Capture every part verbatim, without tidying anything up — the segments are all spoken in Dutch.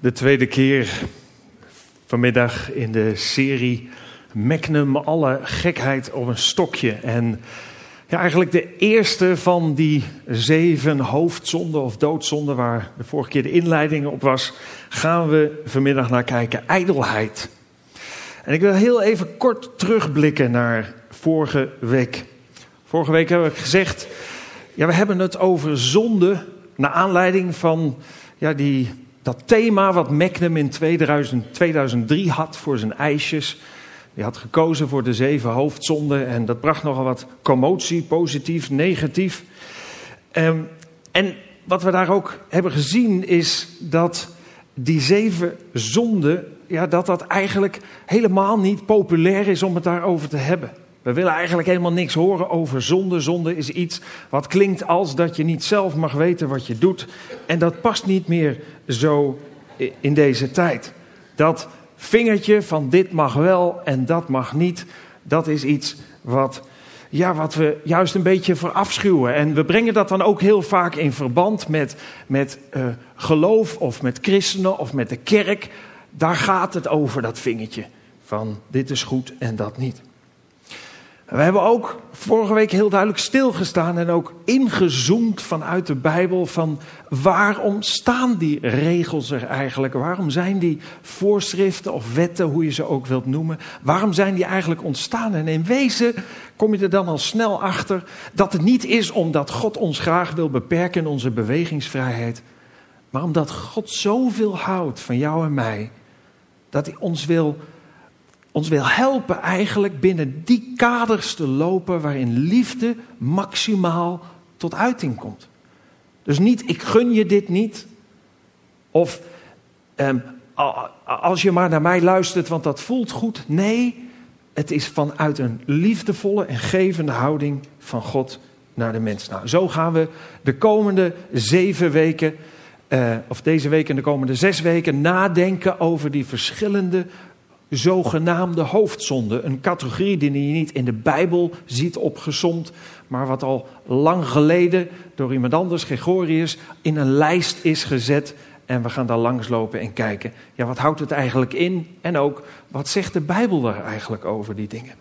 De tweede keer vanmiddag in de serie Magnum, alle gekheid op een stokje. En ja, eigenlijk de eerste van die zeven hoofdzonden of doodzonden, waar de vorige keer de inleiding op was, gaan we vanmiddag naar kijken. Ijdelheid. En ik wil heel even kort terugblikken naar vorige week. Vorige week hebben we gezegd, ja, we hebben het over zonde naar aanleiding van ja, die, dat thema wat Magnum in tweeduizend, tweeduizend drie had voor zijn ijsjes. Die had gekozen voor de zeven hoofdzonden en dat bracht nogal wat commotie, positief, negatief. Um, en wat we daar ook hebben gezien is dat die zeven zonden, ja, dat dat eigenlijk helemaal niet populair is om het daarover te hebben. We willen eigenlijk helemaal niks horen over zonde. Zonde is iets wat klinkt als dat je niet zelf mag weten wat je doet. En dat past niet meer zo in deze tijd. Dat vingertje van dit mag wel en dat mag niet, dat is iets wat, ja, wat we juist een beetje verafschuwen. En we brengen dat dan ook heel vaak in verband met, met uh, geloof of met christenen of met de kerk. Daar gaat het over, dat vingertje van dit is goed en dat niet. We hebben ook vorige week heel duidelijk stilgestaan en ook ingezoomd vanuit de Bijbel van waarom staan die regels er eigenlijk? Waarom zijn die voorschriften of wetten, hoe je ze ook wilt noemen, waarom zijn die eigenlijk ontstaan? En in wezen kom je er dan al snel achter dat het niet is omdat God ons graag wil beperken in onze bewegingsvrijheid, maar omdat God zoveel houdt van jou en mij, dat hij ons wil ons wil helpen eigenlijk binnen die kaders te lopen waarin liefde maximaal tot uiting komt. Dus niet, ik gun je dit niet. Of um, als je maar naar mij luistert, want dat voelt goed. Nee, het is vanuit een liefdevolle en gevende houding van God naar de mens. Nou, zo gaan we de komende zeven weken, uh, of deze week en de komende zes weken, nadenken over die verschillende zogenaamde hoofdzonde. Een categorie die je niet in de Bijbel ziet opgesomd, maar wat al lang geleden door iemand anders, Gregorius, in een lijst is gezet. En we gaan daar langslopen en kijken, ja, wat houdt het eigenlijk in? En ook, wat zegt de Bijbel er eigenlijk over die dingen?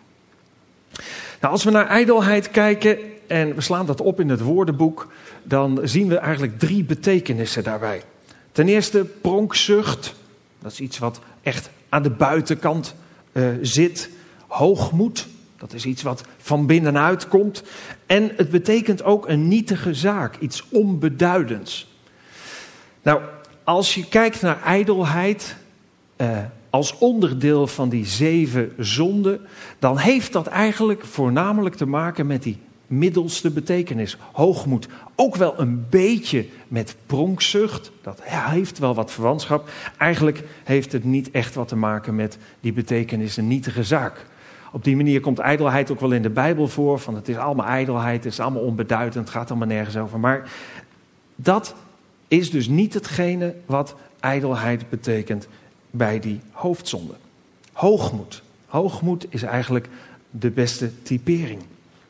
Nou, als we naar ijdelheid kijken en we slaan dat op in het woordenboek, dan zien we eigenlijk drie betekenissen daarbij. Ten eerste pronkzucht, dat is iets wat echt aan de buitenkant uh, zit. Hoogmoed, dat is iets wat van binnenuit komt. En het betekent ook een nietige zaak, iets onbeduidends. Nou, als je kijkt naar ijdelheid uh, als onderdeel van die zeven zonden, dan heeft dat eigenlijk voornamelijk te maken met die middelste betekenis, hoogmoed. Ook wel een beetje met pronkzucht, dat heeft wel wat verwantschap. Eigenlijk heeft het niet echt wat te maken met die betekenis, een nietige zaak. Op die manier komt ijdelheid ook wel in de Bijbel voor, van het is allemaal ijdelheid, het is allemaal onbeduidend, het gaat allemaal nergens over. Maar dat is dus niet hetgene wat ijdelheid betekent bij die hoofdzonde. Hoogmoed. Hoogmoed is eigenlijk de beste typering.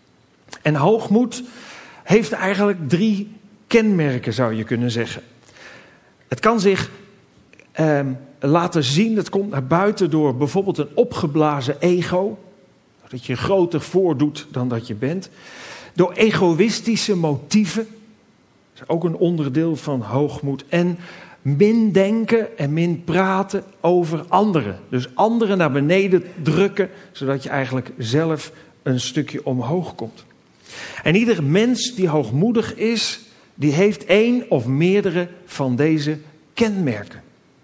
En hoogmoed heeft eigenlijk drie kenmerken, zou je kunnen zeggen. Het kan zich eh, laten zien, het komt naar buiten door bijvoorbeeld een opgeblazen ego. Dat je groter voordoet dan dat je bent. Door egoïstische motieven. Dat is ook een onderdeel van hoogmoed. En min denken en min praten over anderen. Dus anderen naar beneden drukken, zodat je eigenlijk zelf een stukje omhoog komt. En ieder mens die hoogmoedig is, die heeft één of meerdere van deze kenmerken.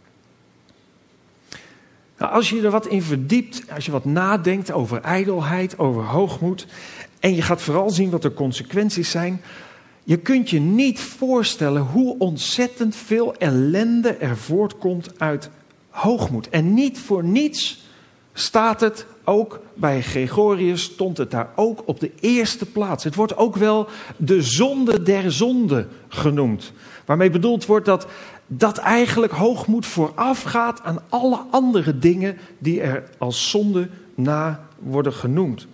Nou, als je er wat in verdiept, als je wat nadenkt over ijdelheid, over hoogmoed, en je gaat vooral zien wat de consequenties zijn, je kunt je niet voorstellen hoe ontzettend veel ellende er voortkomt uit hoogmoed. En niet voor niets staat het ook bij Gregorius, stond het daar ook op de eerste plaats. Het wordt ook wel de zonde der zonde genoemd. Waarmee bedoeld wordt dat, dat eigenlijk hoogmoed voorafgaat aan alle andere dingen die er als zonde na worden genoemd.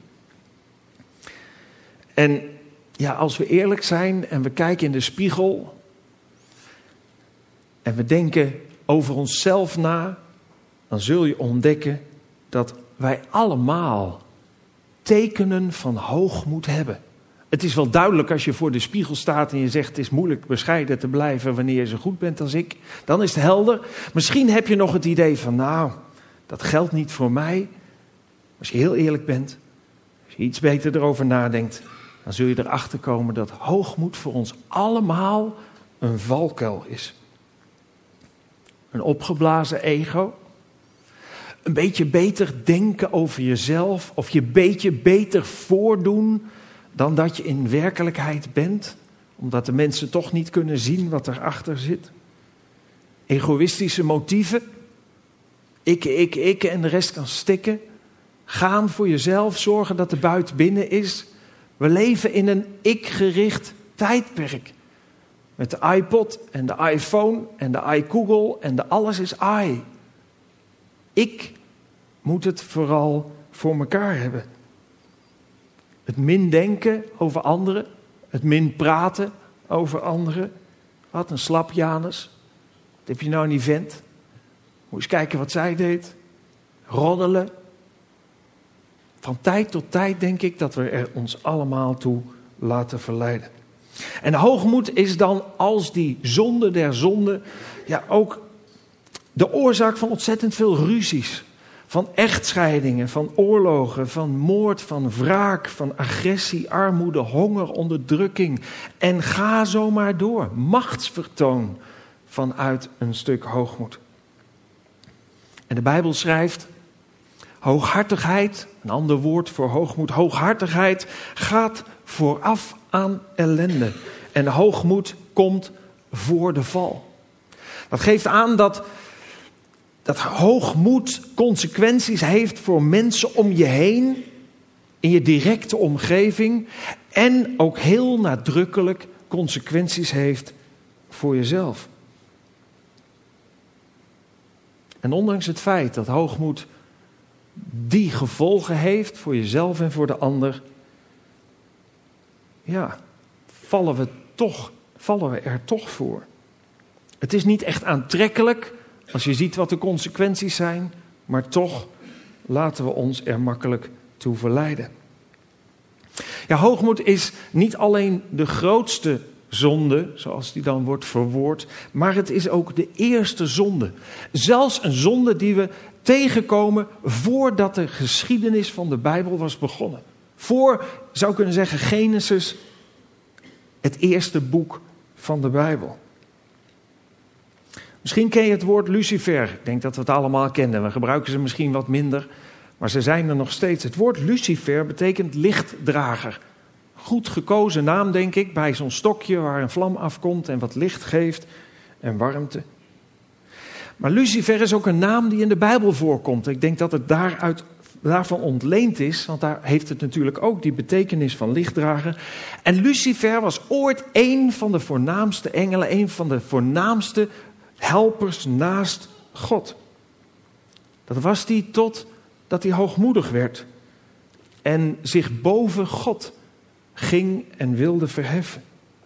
En ja, als we eerlijk zijn en we kijken in de spiegel en we denken, over onszelf na, dan zul je ontdekken dat wij allemaal tekenen van hoogmoed hebben. Het is wel duidelijk als je voor de spiegel staat en je zegt het is moeilijk bescheiden te blijven wanneer je zo goed bent als ik. Dan is het helder. Misschien heb je nog het idee van nou, dat geldt niet voor mij. Als je heel eerlijk bent, als je iets beter erover nadenkt, dan zul je erachter komen dat hoogmoed voor ons allemaal een valkuil is. Een opgeblazen ego. Een beetje beter denken over jezelf. Of je een beetje beter voordoen dan dat je in werkelijkheid bent. Omdat de mensen toch niet kunnen zien wat erachter zit. Egoïstische motieven. Ik, ik, ik en de rest kan stikken. Gaan voor jezelf, zorgen dat de buit binnen is. We leven in een ik-gericht tijdperk. Met de iPod en de iPhone en de iGoogle en de alles is I. Ik moet het vooral voor elkaar hebben. Het min denken over anderen. Het min praten over anderen. Wat een slap Janus. Wat heb je nou een event? Moet je eens kijken wat zij deed. Roddelen. Van tijd tot tijd denk ik dat we er ons allemaal toe laten verleiden. En hoogmoed is dan als die zonde der zonde ja ook de oorzaak van ontzettend veel ruzies. Van echtscheidingen, van oorlogen, van moord, van wraak, van agressie, armoede, honger, onderdrukking. En ga zo maar door. Machtsvertoon vanuit een stuk hoogmoed. En de Bijbel schrijft, hooghartigheid, een ander woord voor hoogmoed, hooghartigheid gaat vooraf aan ellende. En hoogmoed komt voor de val. Dat geeft aan dat, dat hoogmoed consequenties heeft voor mensen om je heen, in je directe omgeving, en ook heel nadrukkelijk consequenties heeft voor jezelf. En ondanks het feit dat hoogmoed die gevolgen heeft voor jezelf en voor de ander, ja, vallen we toch, vallen we er toch voor. Het is niet echt aantrekkelijk als je ziet wat de consequenties zijn, maar toch laten we ons er makkelijk toe verleiden. Ja, hoogmoed is niet alleen de grootste zonde, zoals die dan wordt verwoord, maar het is ook de eerste zonde. Zelfs een zonde die we tegenkomen voordat de geschiedenis van de Bijbel was begonnen. Voor, zou ik kunnen zeggen, Genesis, het eerste boek van de Bijbel. Misschien ken je het woord Lucifer. Ik denk dat we het allemaal kennen. We gebruiken ze misschien wat minder, maar ze zijn er nog steeds. Het woord Lucifer betekent lichtdrager. Goed gekozen naam, denk ik, bij zo'n stokje waar een vlam afkomt en wat licht geeft en warmte. Maar Lucifer is ook een naam die in de Bijbel voorkomt. Ik denk dat het daaruit, daarvan ontleend is, want daar heeft het natuurlijk ook die betekenis van lichtdrager. En Lucifer was ooit een van de voornaamste engelen, een van de voornaamste helpers naast God. Dat was hij totdat hij hoogmoedig werd en zich boven God ging en wilde verheffen.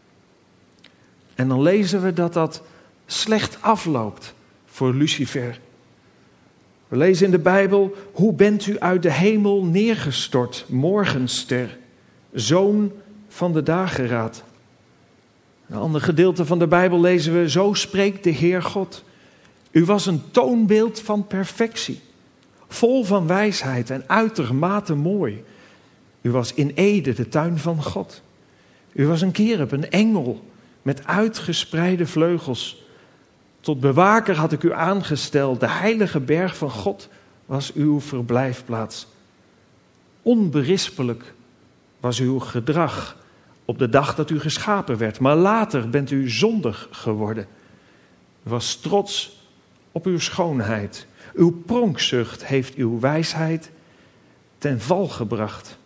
En dan lezen we dat dat slecht afloopt voor Lucifer. We lezen in de Bijbel, hoe bent u uit de hemel neergestort, morgenster, zoon van de dageraad. Een ander gedeelte van de Bijbel lezen we, zo spreekt de Heer God. U was een toonbeeld van perfectie, vol van wijsheid en uitermate mooi. U was in Eden, de tuin van God. U was een kerub, een engel, met uitgespreide vleugels. Tot bewaker had ik u aangesteld. De heilige berg van God was uw verblijfplaats. Onberispelijk was uw gedrag op de dag dat u geschapen werd. Maar later bent u zondig geworden. U was trots op uw schoonheid. Uw pronkzucht heeft uw wijsheid ten val gebracht.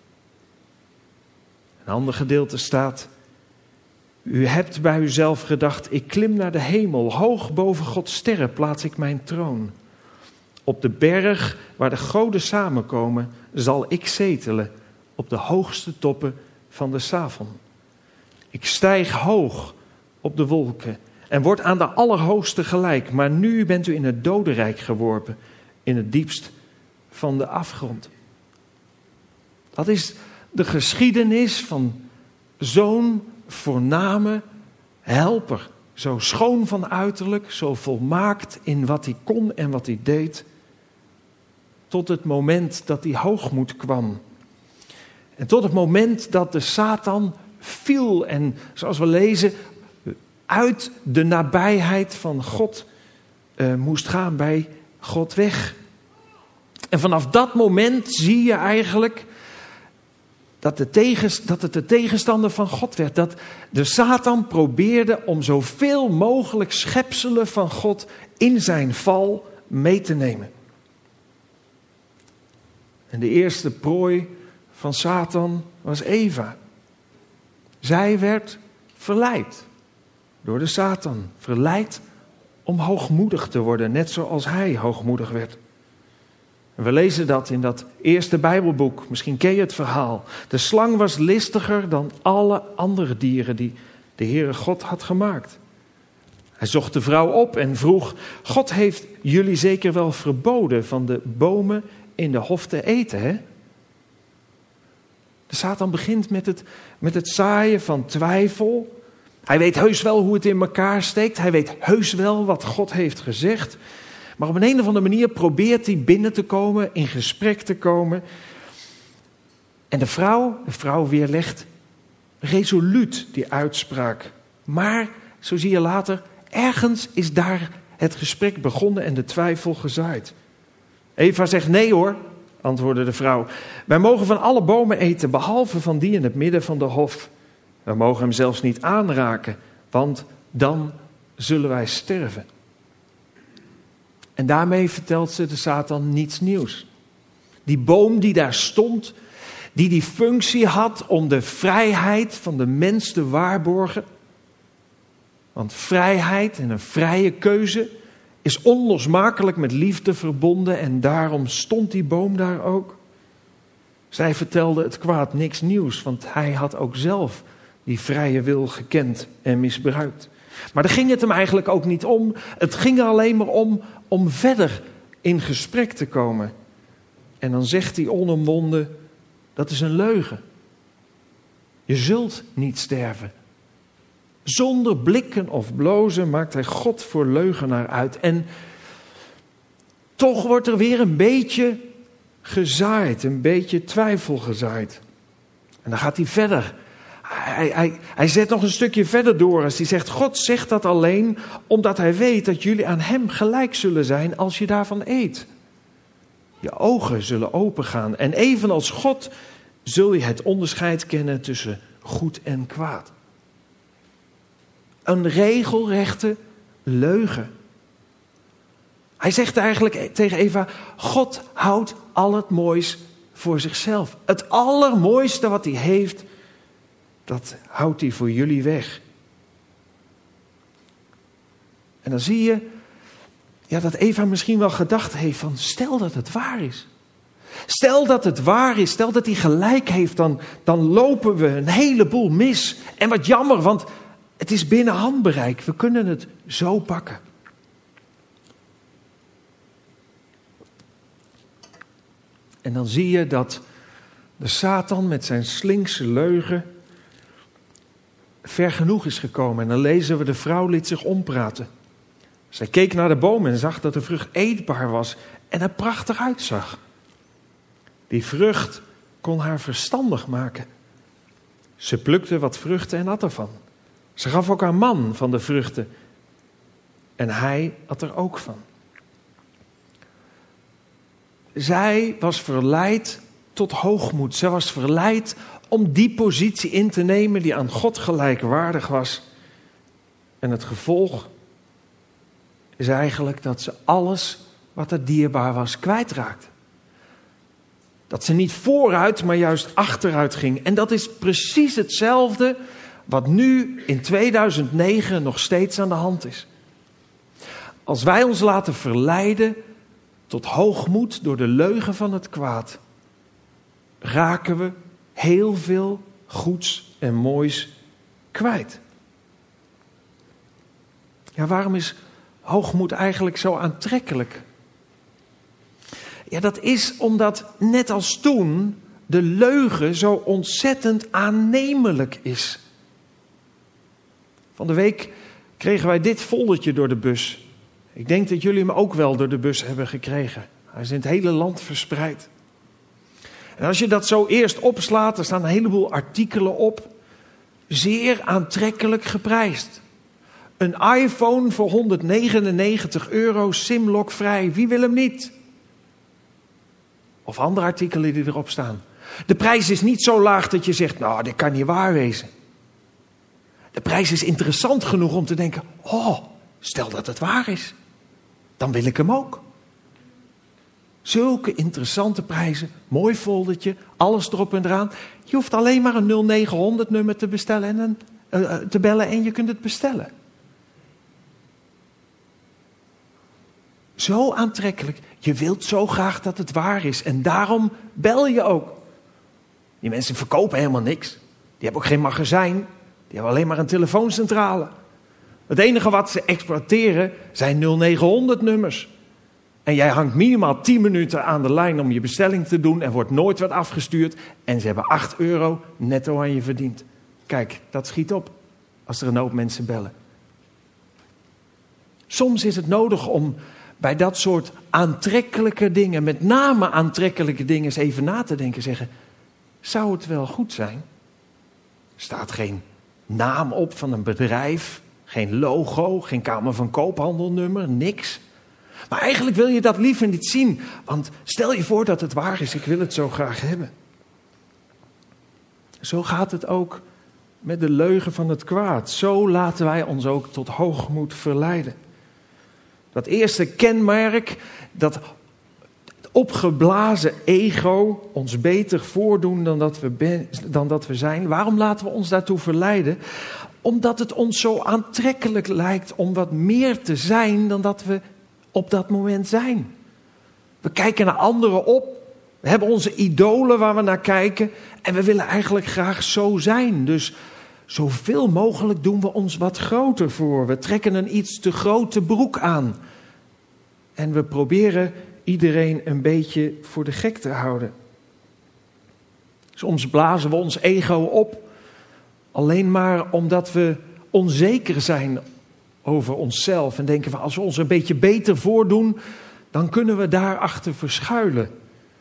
Een ander gedeelte staat, u hebt bij uzelf gedacht, ik klim naar de hemel, hoog boven Gods sterren plaats ik mijn troon. Op de berg waar de goden samenkomen, zal ik zetelen op de hoogste toppen van de Savon. Ik stijg hoog op de wolken en wordt aan de Allerhoogste gelijk. Maar nu bent u in het dodenrijk geworpen, in het diepst van de afgrond. Dat is de geschiedenis van zo'n voorname helper. Zo schoon van uiterlijk, zo volmaakt in wat hij kon en wat hij deed. Tot het moment dat die hoogmoed kwam. En tot het moment dat de Satan viel en, zoals we lezen, uit de nabijheid van God uh, moest gaan, bij God weg. En vanaf dat moment zie je eigenlijk dat, de tegens, dat het de tegenstander van God werd. Dat de Satan probeerde om zoveel mogelijk schepselen van God in zijn val mee te nemen. En de eerste prooi van Satan was Eva. Zij werd verleid door de Satan. Verleid om hoogmoedig te worden, net zoals hij hoogmoedig werd. En we lezen dat in dat eerste Bijbelboek. Misschien ken je het verhaal. De slang was listiger dan alle andere dieren die de Heere God had gemaakt. Hij zocht de vrouw op en vroeg: God heeft jullie zeker wel verboden van de bomen in de hof te eten, hè? De Satan begint met het, met het zaaien van twijfel. Hij weet heus wel hoe het in elkaar steekt. Hij weet heus wel wat God heeft gezegd. Maar op een, een of andere manier probeert hij binnen te komen, in gesprek te komen. En de vrouw, de vrouw weerlegt resoluut die uitspraak. Maar, zo zie je later, ergens is daar het gesprek begonnen en de twijfel gezaaid. Eva zegt: nee hoor, antwoordde de vrouw. Wij mogen van alle bomen eten, behalve van die in het midden van de hof. We mogen hem zelfs niet aanraken, want dan zullen wij sterven. En daarmee vertelt ze de Satan niets nieuws. Die boom die daar stond, die die functie had om de vrijheid van de mens te waarborgen. Want vrijheid en een vrije keuze is onlosmakelijk met liefde verbonden en daarom stond die boom daar ook. Zij vertelde het kwaad niks nieuws, want hij had ook zelf die vrije wil gekend en misbruikt. Maar daar ging het hem eigenlijk ook niet om. Het ging er alleen maar om om verder in gesprek te komen. En dan zegt hij onomwonden: dat is een leugen. Je zult niet sterven. Zonder blikken of blozen maakt hij God voor leugenaar uit. En toch wordt er weer een beetje gezaaid, een beetje twijfel gezaaid. En dan gaat hij verder. Hij, hij, hij zet nog een stukje verder door als hij zegt: God zegt dat alleen omdat hij weet dat jullie aan hem gelijk zullen zijn als je daarvan eet. Je ogen zullen opengaan en evenals God zul je het onderscheid kennen tussen goed en kwaad. Een regelrechte leugen. Hij zegt eigenlijk tegen Eva: God houdt al het moois voor zichzelf. Het allermooiste wat hij heeft, dat houdt hij voor jullie weg. En dan zie je ja, dat Eva misschien wel gedacht heeft van: stel dat het waar is. Stel dat het waar is, stel dat hij gelijk heeft, dan, dan lopen we een heleboel mis. En wat jammer, want het is binnen handbereik. We kunnen het zo pakken. En dan zie je dat de Satan met zijn slinkse leugen ver genoeg is gekomen. En dan lezen we: de vrouw liet zich ompraten. Zij keek naar de boom en zag dat de vrucht eetbaar was en er prachtig uitzag. Die vrucht kon haar verstandig maken. Ze plukte wat vruchten en at ervan. Ze gaf ook haar man van de vruchten en hij at er ook van. Zij was verleid tot hoogmoed. Zij was verleid om die positie in te nemen die aan God gelijkwaardig was. En het gevolg is eigenlijk dat ze alles wat er dierbaar was kwijtraakte. Dat ze niet vooruit, maar juist achteruit ging. En dat is precies hetzelfde wat nu in tweeduizend negen nog steeds aan de hand is. Als wij ons laten verleiden tot hoogmoed door de leugen van het kwaad, raken we heel veel goeds en moois kwijt. Ja, waarom is hoogmoed eigenlijk zo aantrekkelijk? Ja, dat is omdat net als toen de leugen zo ontzettend aannemelijk is. Van de week kregen wij dit foldertje door de bus. Ik denk dat jullie hem ook wel door de bus hebben gekregen. Hij is in het hele land verspreid. En als je dat zo eerst opslaat, er staan een heleboel artikelen op. Zeer aantrekkelijk geprijsd. Een iPhone voor honderdnegenennegentig euro, simlockvrij. Wie wil hem niet? Of andere artikelen die erop staan. De prijs is niet zo laag dat je zegt, nou, dit kan niet waar wezen. De prijs is interessant genoeg om te denken, oh, stel dat het waar is. Dan wil ik hem ook. Zulke interessante prijzen, mooi foldertje, alles erop en eraan. Je hoeft alleen maar een nul negen honderd nummer te bestellen en een, uh, te bellen en je kunt het bestellen. Zo aantrekkelijk. Je wilt zo graag dat het waar is en daarom bel je ook. Die mensen verkopen helemaal niks. Die hebben ook geen magazijn. Die hebben alleen maar een telefooncentrale. Het enige wat ze exploiteren zijn nul negen honderd nummers. En jij hangt minimaal tien minuten aan de lijn om je bestelling te doen en wordt nooit wat afgestuurd. En ze hebben acht euro netto aan je verdiend. Kijk, dat schiet op als er een hoop mensen bellen. Soms is het nodig om bij dat soort aantrekkelijke dingen, met name aantrekkelijke dingen, eens even na te denken. Zeggen, zou het wel goed zijn? Er staat geen naam op van een bedrijf, geen logo, geen Kamer van Koophandelnummer, niks. Maar eigenlijk wil je dat liever niet zien. Want stel je voor dat het waar is, ik wil het zo graag hebben. Zo gaat het ook met de leugen van het kwaad. Zo laten wij ons ook tot hoogmoed verleiden. Dat eerste kenmerk, dat opgeblazen ego, ons beter voordoen dan dat we, ben, dan dat we zijn. Waarom laten we ons daartoe verleiden? Omdat het ons zo aantrekkelijk lijkt om wat meer te zijn dan dat we op dat moment zijn. We kijken naar anderen op. We hebben onze idolen waar we naar kijken. En we willen eigenlijk graag zo zijn. Dus zoveel mogelijk doen we ons wat groter voor. We trekken een iets te grote broek aan. En we proberen iedereen een beetje voor de gek te houden. Soms blazen we ons ego op. Alleen maar omdat we onzeker zijn over onszelf. En denken we, als we ons een beetje beter voordoen, dan kunnen we daarachter verschuilen.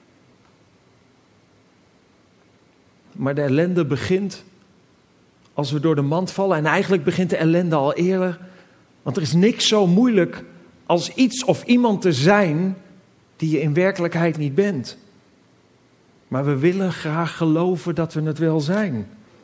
Maar de ellende begint als we door de mand vallen. En eigenlijk begint de ellende al eerder. Want er is niks zo moeilijk als iets of iemand te zijn die je in werkelijkheid niet bent. Maar we willen graag geloven dat we het wel zijn.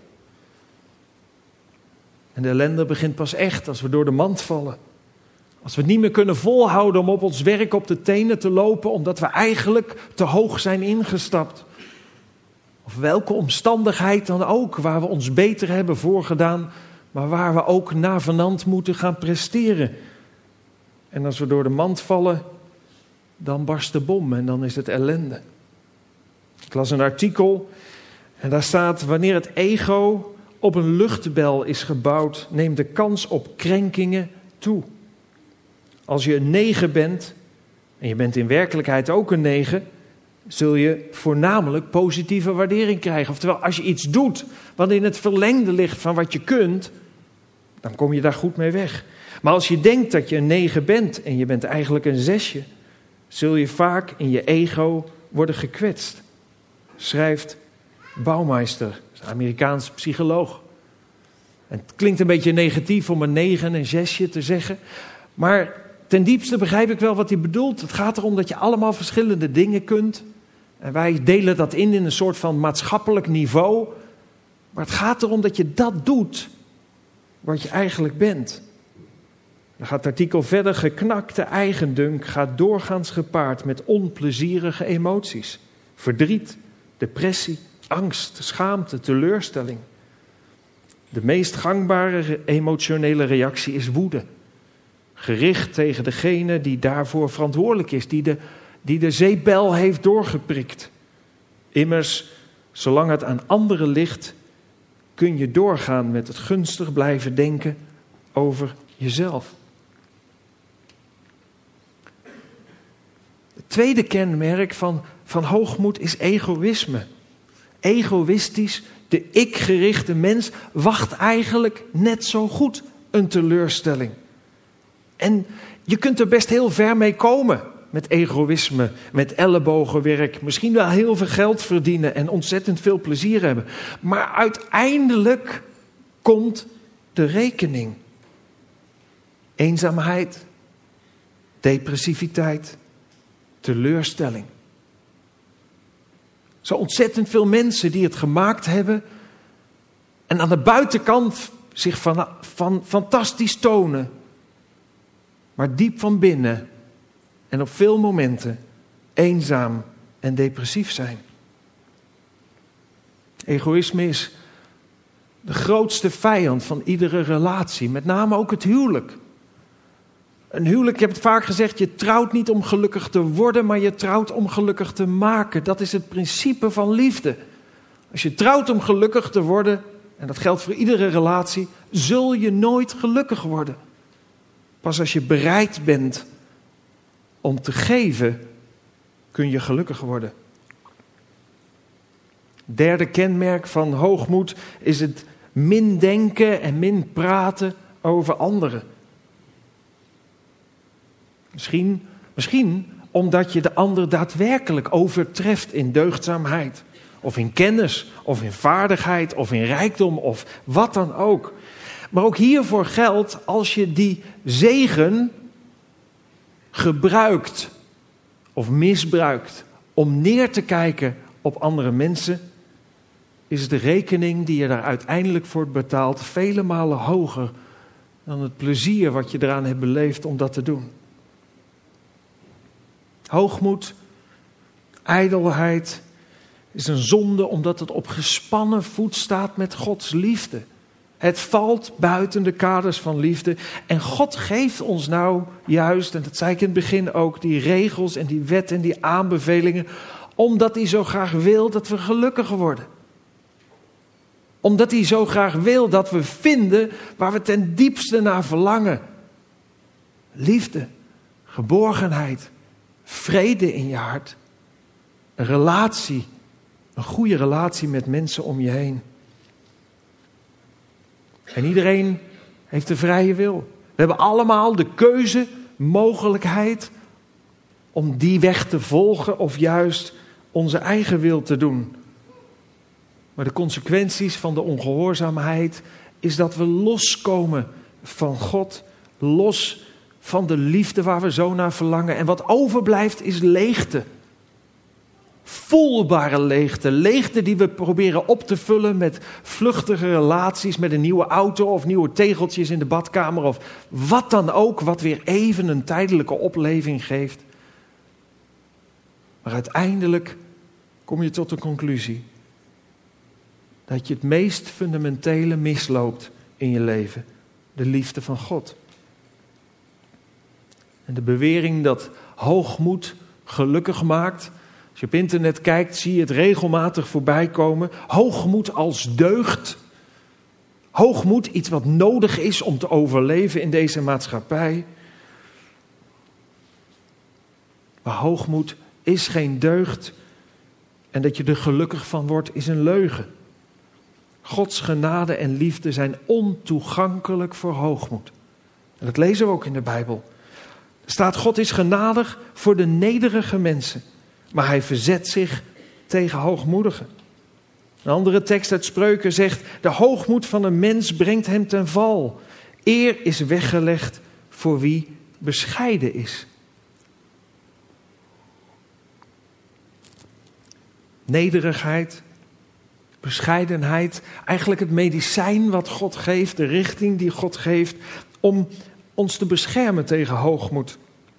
En de ellende begint pas echt als we door de mand vallen. Als we het niet meer kunnen volhouden om op ons werk op de tenen te lopen, omdat we eigenlijk te hoog zijn ingestapt. Of welke omstandigheid dan ook, waar we ons beter hebben voorgedaan, maar waar we ook navenant moeten gaan presteren. En als we door de mand vallen, dan barst de bom en dan is het ellende. Ik las een artikel en daar staat, wanneer het ego op een luchtbel is gebouwd, neemt de kans op krenkingen toe. Als je een negen bent, en je bent in werkelijkheid ook een negen, zul je voornamelijk positieve waardering krijgen. Oftewel, als je iets doet wat in het verlengde ligt van wat je kunt, dan kom je daar goed mee weg. Maar als je denkt dat je een negen bent en je bent eigenlijk een zesje, zul je vaak in je ego worden gekwetst. Schrijft Baumeister, een Amerikaans psycholoog. En het klinkt een beetje negatief om een negen en een zesje te zeggen, maar ten diepste begrijp ik wel wat hij bedoelt. Het gaat erom dat je allemaal verschillende dingen kunt. En wij delen dat in in een soort van maatschappelijk niveau. Maar het gaat erom dat je dat doet wat je eigenlijk bent. Dan gaat het artikel verder. Geknakte eigendunk gaat doorgaans gepaard met onplezierige emoties. Verdriet, depressie, angst, schaamte, teleurstelling. De meest gangbare emotionele reactie is woede. Gericht tegen degene die daarvoor verantwoordelijk is, die de, die de zeepbel heeft doorgeprikt. Immers, zolang het aan anderen ligt, kun je doorgaan met het gunstig blijven denken over jezelf. Het tweede kenmerk van, van hoogmoed is egoïsme. Egoïstisch, de ik-gerichte mens wacht eigenlijk net zo goed een teleurstelling. En je kunt er best heel ver mee komen met egoïsme, met ellebogenwerk. Misschien wel heel veel geld verdienen en ontzettend veel plezier hebben. Maar uiteindelijk komt de rekening. Eenzaamheid, depressiviteit, teleurstelling. Zo ontzettend veel mensen die het gemaakt hebben en aan de buitenkant zich van, van fantastisch tonen, maar diep van binnen en op veel momenten eenzaam en depressief zijn. Egoïsme is de grootste vijand van iedere relatie, met name ook het huwelijk. Een huwelijk, ik heb het vaak gezegd, je trouwt niet om gelukkig te worden, maar je trouwt om gelukkig te maken. Dat is het principe van liefde. Als je trouwt om gelukkig te worden, en dat geldt voor iedere relatie, zul je nooit gelukkig worden. Pas als je bereid bent om te geven, kun je gelukkig worden. Derde kenmerk van hoogmoed is het min denken en min praten over anderen. Misschien, misschien omdat je de ander daadwerkelijk overtreft in deugdzaamheid. Of in kennis, of in vaardigheid, of in rijkdom, of wat dan ook. Maar ook hiervoor geldt, als je die zegen gebruikt of misbruikt om neer te kijken op andere mensen, is de rekening die je daar uiteindelijk voor betaalt vele malen hoger dan het plezier wat je eraan hebt beleefd om dat te doen. Hoogmoed, ijdelheid is een zonde omdat het op gespannen voet staat met Gods liefde. Het valt buiten de kaders van liefde. En God geeft ons nou juist, en dat zei ik in het begin ook, die regels en die wetten en die aanbevelingen, omdat hij zo graag wil dat we gelukkig worden. Omdat hij zo graag wil dat we vinden waar we ten diepste naar verlangen. Liefde, geborgenheid, vrede in je hart. Een relatie, een goede relatie met mensen om je heen. En iedereen heeft de vrije wil. We hebben allemaal de keuze, mogelijkheid om die weg te volgen of juist onze eigen wil te doen. Maar de consequenties van de ongehoorzaamheid is dat we loskomen van God, los van de liefde waar we zo naar verlangen. En wat overblijft is leegte. Voelbare leegte. Leegte die we proberen op te vullen met vluchtige relaties, met een nieuwe auto of nieuwe tegeltjes in de badkamer of wat dan ook, wat weer even een tijdelijke opleving geeft. Maar uiteindelijk kom je tot de conclusie dat je het meest fundamentele misloopt in je leven. De liefde van God. En de bewering dat hoogmoed gelukkig maakt. Als je op internet kijkt, zie je het regelmatig voorbij komen. Hoogmoed als deugd. Hoogmoed, iets wat nodig is om te overleven in deze maatschappij. Maar hoogmoed is geen deugd. En dat je er gelukkig van wordt, is een leugen. Gods genade en liefde zijn ontoegankelijk voor hoogmoed. En dat lezen we ook in de Bijbel. Er staat, God is genadig voor de nederige mensen, maar hij verzet zich tegen hoogmoedigen. Een andere tekst uit Spreuken zegt, de hoogmoed van een mens brengt hem ten val. Eer is weggelegd voor wie bescheiden is. Nederigheid, bescheidenheid, eigenlijk het medicijn wat God geeft, de richting die God geeft om ons te beschermen tegen hoogmoed.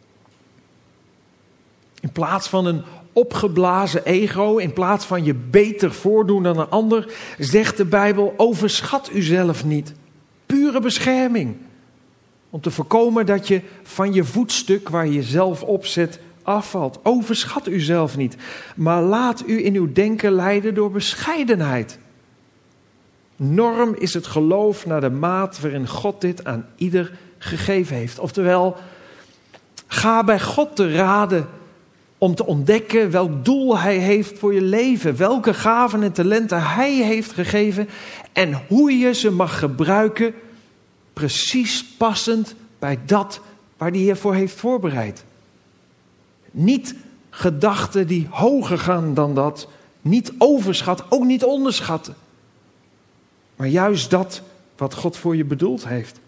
In plaats van een opgeblazen ego, in plaats van je beter voordoen dan een ander, zegt de Bijbel, overschat uzelf niet. Pure bescherming. Om te voorkomen dat je van je voetstuk waar je jezelf opzet afvalt. Overschat uzelf niet. Maar laat u in uw denken leiden door bescheidenheid. Norm is het geloof naar de maat waarin God dit aan ieder gegeven heeft. Oftewel, ga bij God te raden om te ontdekken welk doel hij heeft voor je leven. Welke gaven en talenten hij heeft gegeven. En hoe je ze mag gebruiken. Precies passend bij dat waar hij je voor heeft voorbereid. Niet gedachten die hoger gaan dan dat. Niet overschatten, ook niet onderschatten. Maar juist dat wat God voor je bedoeld heeft.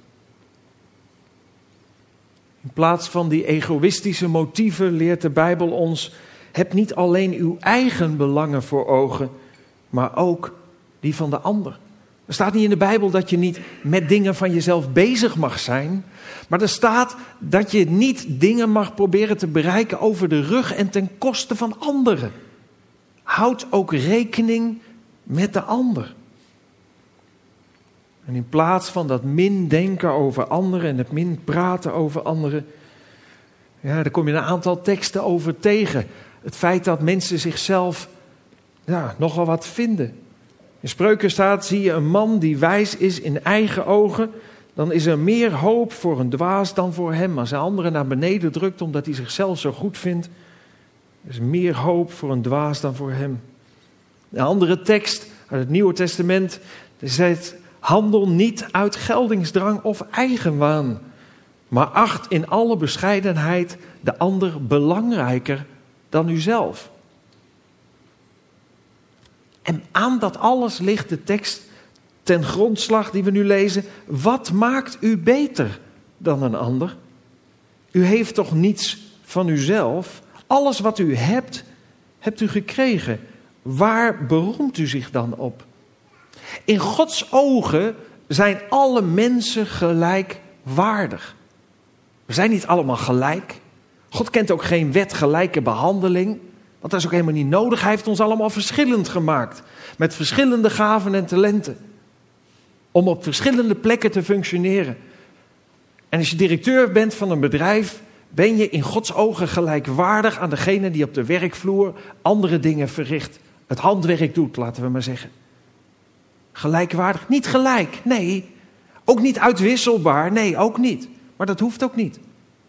In plaats van die egoïstische motieven leert de Bijbel ons: heb niet alleen uw eigen belangen voor ogen, maar ook die van de ander. Er staat niet in de Bijbel dat je niet met dingen van jezelf bezig mag zijn, maar er staat dat je niet dingen mag proberen te bereiken over de rug en ten koste van anderen. Houd ook rekening met de ander. En in plaats van dat min denken over anderen en het min praten over anderen, ja, daar kom je een aantal teksten over tegen. Het feit dat mensen zichzelf ja, nogal wat vinden. In Spreuken staat, zie je een man die wijs is in eigen ogen, dan is er meer hoop voor een dwaas dan voor hem. Als hij anderen naar beneden drukt omdat hij zichzelf zo goed vindt, er is meer hoop voor een dwaas dan voor hem. Een andere tekst uit het Nieuwe Testament, er zegt: handel niet uit geldingsdrang of eigenwaan, maar acht in alle bescheidenheid de ander belangrijker dan uzelf. En aan dat alles ligt de tekst ten grondslag die we nu lezen. Wat maakt u beter dan een ander? U heeft toch niets van uzelf? Alles wat u hebt, hebt u gekregen. Waar beroemt u zich dan op? In Gods ogen zijn alle mensen gelijkwaardig. We zijn niet allemaal gelijk. God kent ook geen wet gelijke behandeling. Want dat is ook helemaal niet nodig. Hij heeft ons allemaal verschillend gemaakt. Met verschillende gaven en talenten. Om op verschillende plekken te functioneren. En als je directeur bent van een bedrijf, ben je in Gods ogen gelijkwaardig aan degene die op de werkvloer andere dingen verricht. Het handwerk doet, laten we maar zeggen. Gelijkwaardig, niet gelijk, nee. Ook niet uitwisselbaar, nee, ook niet. Maar dat hoeft ook niet.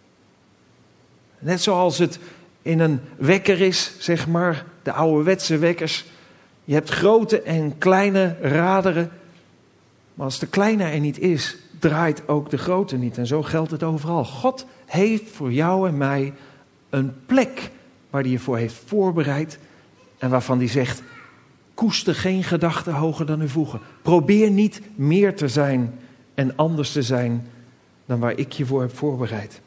Net zoals het in een wekker is, zeg maar, de ouderwetse wekkers. Je hebt grote en kleine raderen. Maar als de kleine er niet is, draait ook de grote niet. En zo geldt het overal. God heeft voor jou en mij een plek waar hij je voor heeft voorbereid. En waarvan hij zegt, koester geen gedachten hoger dan u voegen. Probeer niet meer te zijn en anders te zijn dan waar ik je voor heb voorbereid.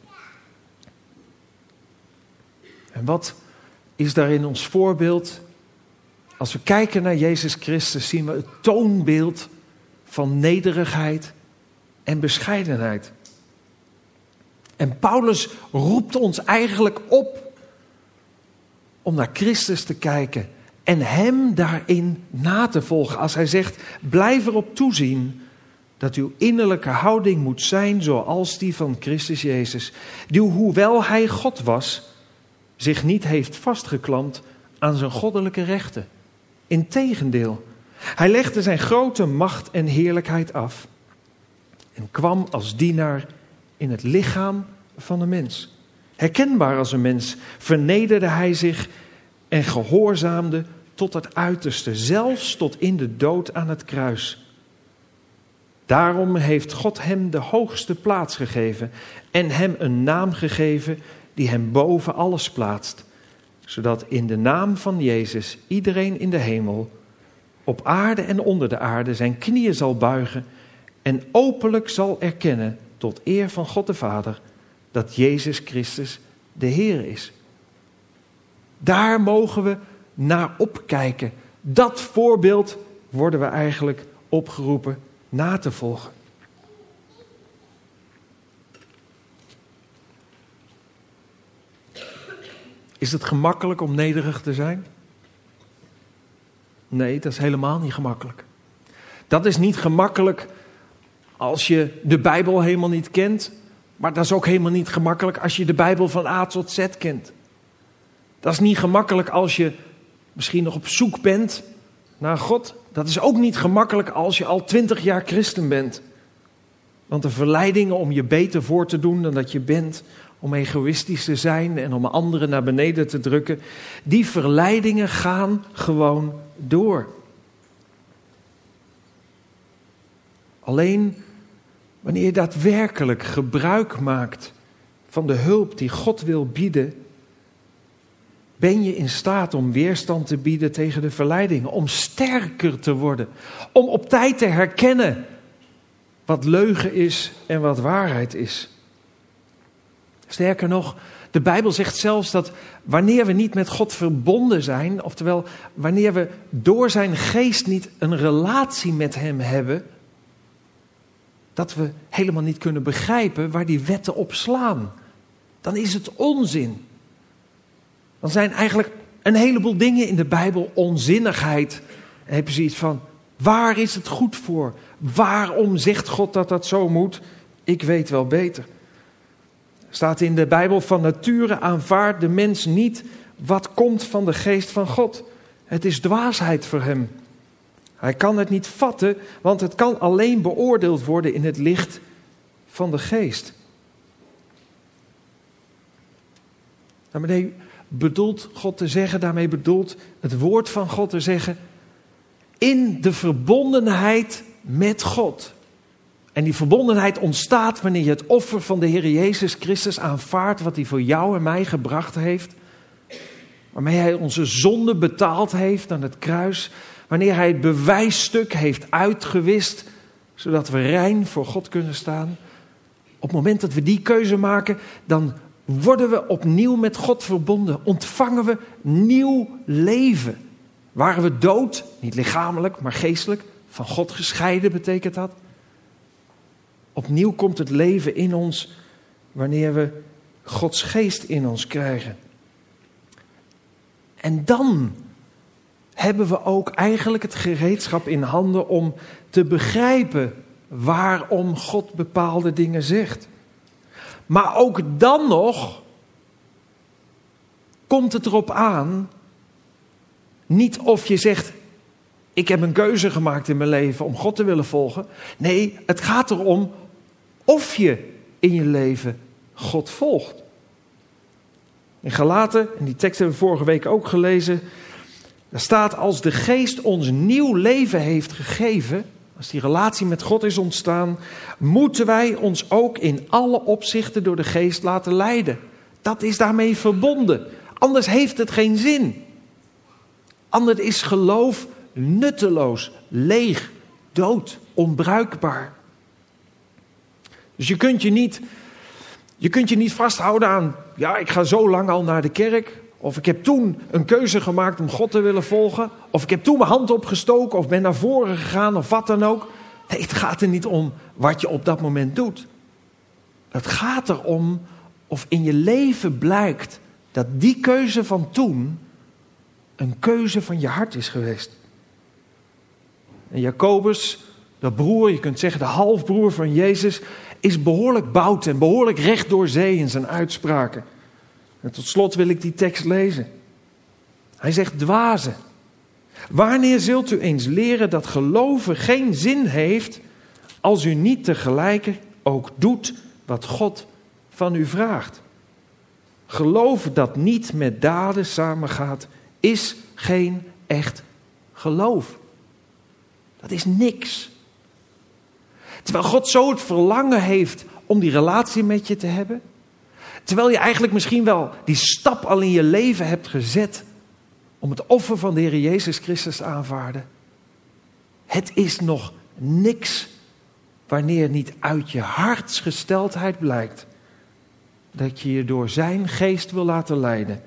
En wat is daarin ons voorbeeld? Als we kijken naar Jezus Christus, zien we het toonbeeld van nederigheid en bescheidenheid. En Paulus roept ons eigenlijk op om naar Christus te kijken en hem daarin na te volgen. Als hij zegt, blijf erop toezien dat uw innerlijke houding moet zijn zoals die van Christus Jezus. Die, hoewel hij God was, zich niet heeft vastgeklampt aan zijn goddelijke rechten. Integendeel, hij legde zijn grote macht en heerlijkheid af en kwam als dienaar in het lichaam van een mens. Herkenbaar als een mens vernederde hij zich en gehoorzaamde tot het uiterste, zelfs tot in de dood aan het kruis. Daarom heeft God hem de hoogste plaats gegeven en hem een naam gegeven die hem boven alles plaatst, zodat in de naam van Jezus iedereen in de hemel, op aarde en onder de aarde zijn knieën zal buigen en openlijk zal erkennen tot eer van God de Vader dat Jezus Christus de Heer is. Daar mogen we naar opkijken. Dat voorbeeld worden we eigenlijk opgeroepen na te volgen. Is het gemakkelijk om nederig te zijn? Nee, dat is helemaal niet gemakkelijk. Dat is niet gemakkelijk als je de Bijbel helemaal niet kent. Maar dat is ook helemaal niet gemakkelijk als je de Bijbel van A tot Z kent. Dat is niet gemakkelijk als je misschien nog op zoek bent naar God. Dat is ook niet gemakkelijk als je al twintig jaar christen bent. Want de verleidingen om je beter voor te doen dan dat je bent, om egoïstisch te zijn en om anderen naar beneden te drukken. Die verleidingen gaan gewoon door. Alleen wanneer je daadwerkelijk gebruik maakt van de hulp die God wil bieden, ben je in staat om weerstand te bieden tegen de verleidingen, om sterker te worden, om op tijd te herkennen wat leugen is en wat waarheid is. Sterker nog, de Bijbel zegt zelfs dat wanneer we niet met God verbonden zijn, oftewel wanneer we door zijn geest niet een relatie met hem hebben, dat we helemaal niet kunnen begrijpen waar die wetten op slaan. Dan is het onzin. Dan zijn eigenlijk een heleboel dingen in de Bijbel onzinnigheid. En heb je zoiets van, waar is het goed voor? Waarom zegt God dat dat zo moet? Ik weet wel beter. Staat in de Bijbel, van nature aanvaardt de mens niet wat komt van de geest van God. Het is dwaasheid voor hem. Hij kan het niet vatten, want het kan alleen beoordeeld worden in het licht van de geest. Daarmee bedoelt God te zeggen, daarmee bedoelt het woord van God te zeggen, in de verbondenheid met God. En die verbondenheid ontstaat wanneer je het offer van de Heer Jezus Christus aanvaardt, wat hij voor jou en mij gebracht heeft. Waarmee hij onze zonde betaald heeft aan het kruis. Wanneer hij het bewijsstuk heeft uitgewist, zodat we rein voor God kunnen staan. Op het moment dat we die keuze maken, dan worden we opnieuw met God verbonden. Ontvangen we nieuw leven. Waren we dood, niet lichamelijk, maar geestelijk, van God gescheiden betekent dat. Opnieuw komt het leven in ons wanneer we Gods geest in ons krijgen. En dan hebben we ook eigenlijk het gereedschap in handen om te begrijpen waarom God bepaalde dingen zegt. Maar ook dan nog komt het erop aan, niet of je zegt, ik heb een keuze gemaakt in mijn leven om God te willen volgen. Nee, het gaat erom of je in je leven God volgt. In Galaten, en die tekst hebben we vorige week ook gelezen, daar staat, als de geest ons nieuw leven heeft gegeven, als die relatie met God is ontstaan, moeten wij ons ook in alle opzichten door de geest laten leiden. Dat is daarmee verbonden. Anders heeft het geen zin. Anders is geloof nutteloos, leeg, dood, onbruikbaar. Dus je kunt je niet, je kunt je niet vasthouden aan, ja, ik ga zo lang al naar de kerk. Of ik heb toen een keuze gemaakt om God te willen volgen. Of ik heb toen mijn hand opgestoken of ben naar voren gegaan of wat dan ook. Nee, het gaat er niet om wat je op dat moment doet. Het gaat erom of in je leven blijkt dat die keuze van toen een keuze van je hart is geweest. En Jacobus, de broer, je kunt zeggen de halfbroer van Jezus, is behoorlijk bout en behoorlijk recht door zee in zijn uitspraken. En tot slot wil ik die tekst lezen. Hij zegt, dwazen, wanneer zult u eens leren dat geloven geen zin heeft als u niet tegelijk ook doet wat God van u vraagt? Geloven dat niet met daden samengaat, is geen echt geloof. Dat is niks. Terwijl God zo het verlangen heeft om die relatie met je te hebben. Terwijl je eigenlijk misschien wel die stap al in je leven hebt gezet om het offer van de Heer Jezus Christus te aanvaarden. Het is nog niks wanneer niet uit je hartsgesteldheid blijkt dat je je door zijn geest wil laten leiden.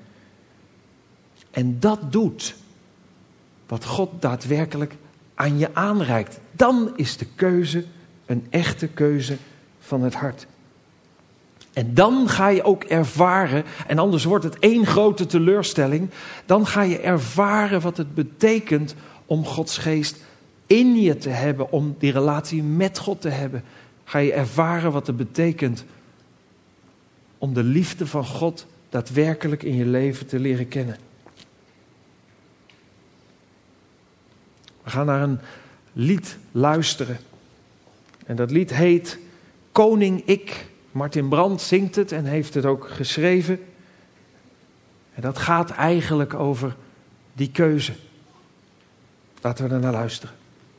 En dat doet wat God daadwerkelijk aan je aanreikt. Dan is de keuze een echte keuze van het hart. En dan ga je ook ervaren, en anders wordt het één grote teleurstelling, dan ga je ervaren wat het betekent om Gods geest in je te hebben, om die relatie met God te hebben. Ga je ervaren wat het betekent om de liefde van God daadwerkelijk in je leven te leren kennen. We gaan naar een lied luisteren. En dat lied heet Koning ik Martin Brandt zingt het en heeft het ook geschreven. En dat gaat eigenlijk over die keuze. Laten we er naar luisteren.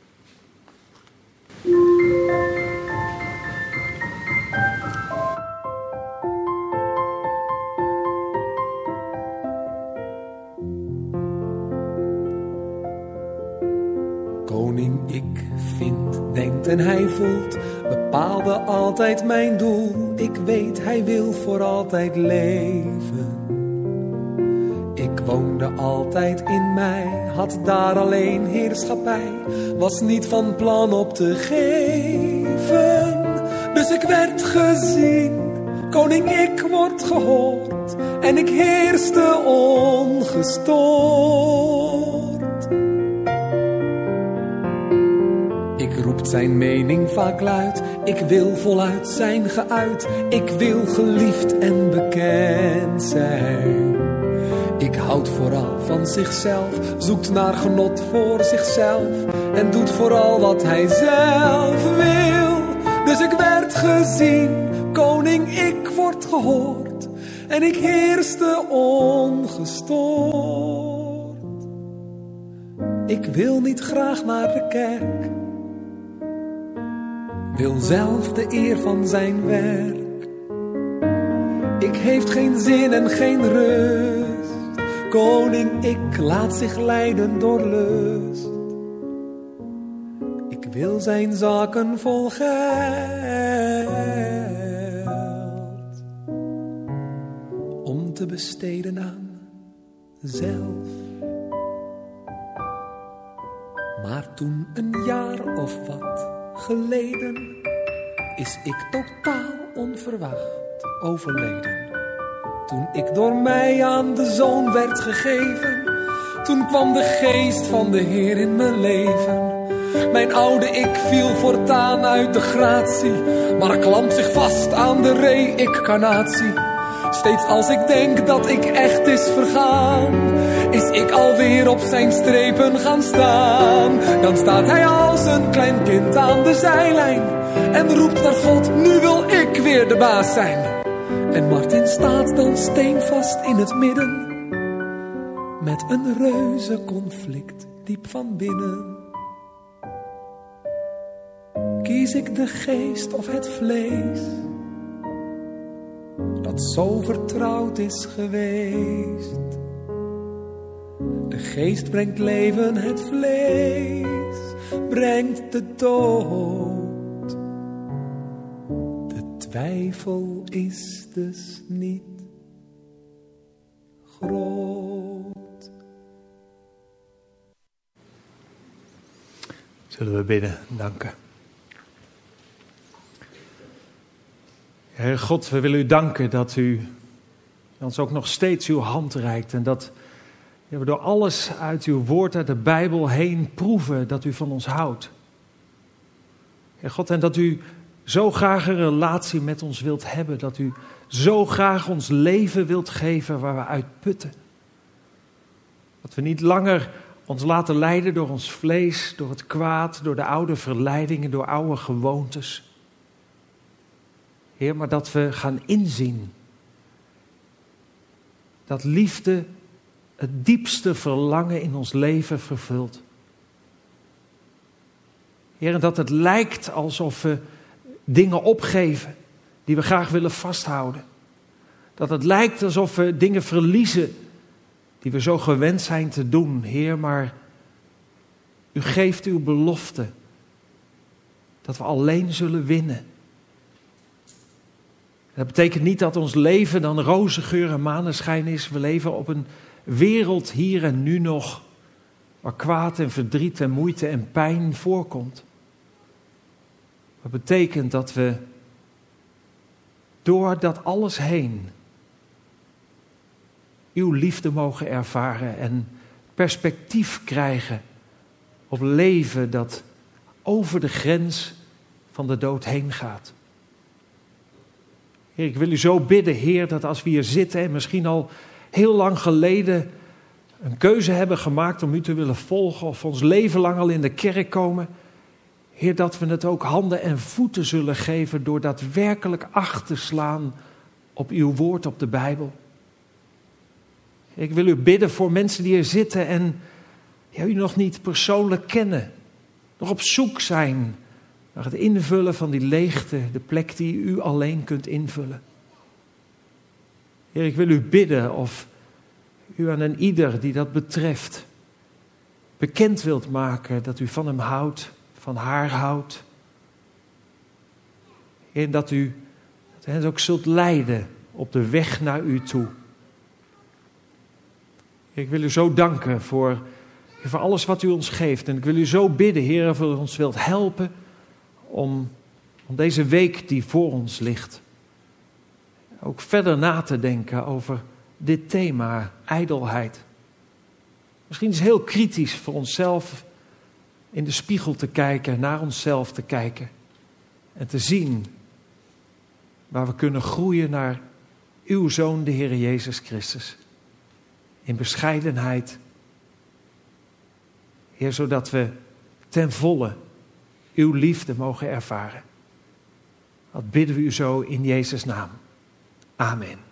Koning, ik vind, denkt en hij voelt, bepaalde altijd mijn doel. Ik weet, hij wil voor altijd leven. Ik woonde altijd in mij, had daar alleen heerschappij, was niet van plan op te geven. Dus ik werd gezien, koning, ik word gehoord en ik heerste ongestoord. Ik roep zijn mening vaak luid, ik wil voluit zijn geuit, ik wil geliefd en bekend zijn. Ik houd vooral van zichzelf, zoekt naar genot voor zichzelf en doet vooral wat hij zelf wil. Dus ik werd gezien, koning, ik word gehoord en ik heerste ongestoord. Ik wil niet graag naar de kerk, wil zelf de eer van zijn werk. Ik heeft geen zin en geen rust, koning, ik laat zich leiden door lust. Ik wil zijn zaken vol geld, om te besteden aan zelf. Maar toen een jaar of wat geleden is ik totaal onverwacht overleden. Toen ik door mij aan de zoon werd gegeven, toen kwam de geest van de Heer in mijn leven. Mijn oude ik viel voortaan uit de gratie, maar klampt zich vast aan de reïncarnatie. Steeds als ik denk dat ik echt is vergaan, is ik alweer op zijn strepen gaan staan. Dan staat hij als een klein kind aan de zijlijn en roept naar God, nu wil ik weer de baas zijn. En Martin staat dan steenvast in het midden, met een reuze conflict diep van binnen. Kies ik de geest of het vlees, dat zo vertrouwd is geweest? De geest brengt leven, het vlees brengt de dood. Twijfel is dus niet groot. Zullen we bidden, danken. Heer God, we willen u danken dat u ons ook nog steeds uw hand reikt. En dat we door alles uit uw woord, uit de Bijbel heen proeven dat u van ons houdt. Heer God, en dat u zo graag een relatie met ons wilt hebben. Dat u zo graag ons leven wilt geven waar we uit putten. Dat we niet langer ons laten leiden door ons vlees, door het kwaad, door de oude verleidingen, door oude gewoontes. Heer, maar dat we gaan inzien dat liefde het diepste verlangen in ons leven vervult. Heer, en dat het lijkt alsof we dingen opgeven die we graag willen vasthouden. Dat het lijkt alsof we dingen verliezen die we zo gewend zijn te doen. Heer, maar u geeft uw belofte dat we alleen zullen winnen. Dat betekent niet dat ons leven dan roze geur en maneschijn is. We leven op een wereld hier en nu nog waar kwaad en verdriet en moeite en pijn voorkomt. Dat betekent dat we door dat alles heen uw liefde mogen ervaren en perspectief krijgen op leven dat over de grens van de dood heen gaat. Heer, ik wil u zo bidden, Heer, dat als we hier zitten en misschien al heel lang geleden een keuze hebben gemaakt om u te willen volgen of ons leven lang al in de kerk komen, Heer, dat we het ook handen en voeten zullen geven door daadwerkelijk acht te slaan op uw woord, op de Bijbel. Ik wil u bidden voor mensen die hier zitten en ja, u nog niet persoonlijk kennen. Nog op zoek zijn naar het invullen van die leegte, de plek die u alleen kunt invullen. Heer, ik wil u bidden of u aan een ieder die dat betreft bekend wilt maken dat u van hem houdt, van haar houdt. En dat u hen ook zult leiden op de weg naar u toe. Ik wil u zo danken voor, voor alles wat u ons geeft. En ik wil u zo bidden, Heer, of u ons wilt helpen om, om deze week die voor ons ligt ook verder na te denken over dit thema, ijdelheid. Misschien is het heel kritisch voor onszelf in de spiegel te kijken, naar onszelf te kijken. En te zien waar we kunnen groeien naar uw Zoon, de Heer Jezus Christus. In bescheidenheid. Heer, zodat we ten volle uw liefde mogen ervaren. Dat bidden we u zo in Jezus' naam. Amen.